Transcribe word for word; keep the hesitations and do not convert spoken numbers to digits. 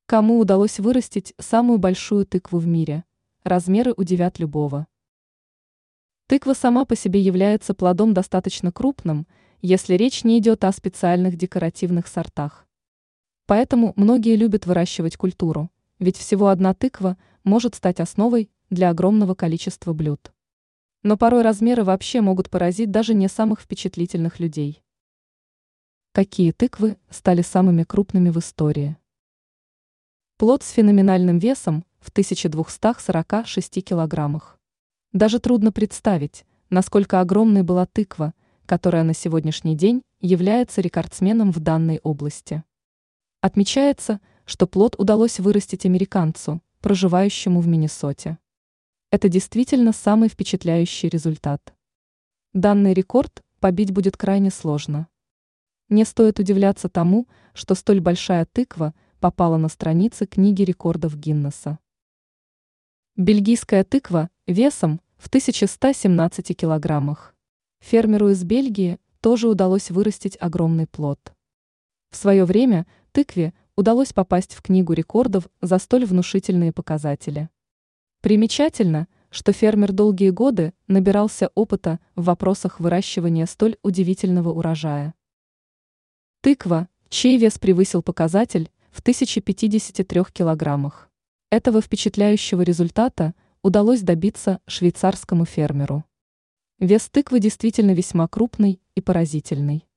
Кому удалось вырастить самую большую тыкву в мире? Размеры удивят любого. Тыква сама по себе является плодом достаточно крупным, если речь не идет о специальных декоративных сортах. Поэтому многие любят выращивать культуру, ведь всего одна тыква может стать основой для огромного количества блюд. Но порой размеры вообще могут поразить даже не самых впечатлительных людей. Какие тыквы стали самыми крупными в истории? Плод с феноменальным весом в тысяча двести сорок шесть килограммах. Даже трудно представить, насколько огромной была тыква, которая на сегодняшний день является рекордсменом в данной области. Отмечается, что плод удалось вырастить американцу, проживающему в Миннесоте. Это действительно самый впечатляющий результат. Данный рекорд побить будет крайне сложно. Не стоит удивляться тому, что столь большая тыква попала на страницы книги рекордов Гиннесса. Бельгийская тыква весом в тысяча сто семнадцать килограммах. Фермеру из Бельгии тоже удалось вырастить огромный плод. В свое время тыкве удалось попасть в книгу рекордов за столь внушительные показатели. Примечательно, что фермер долгие годы набирался опыта в вопросах выращивания столь удивительного урожая. Тыква, чей вес превысил показатель в тысяча пятьдесят три килограммах. Этого впечатляющего результата удалось добиться швейцарскому фермеру. Вес тыквы действительно весьма крупный и поразительный.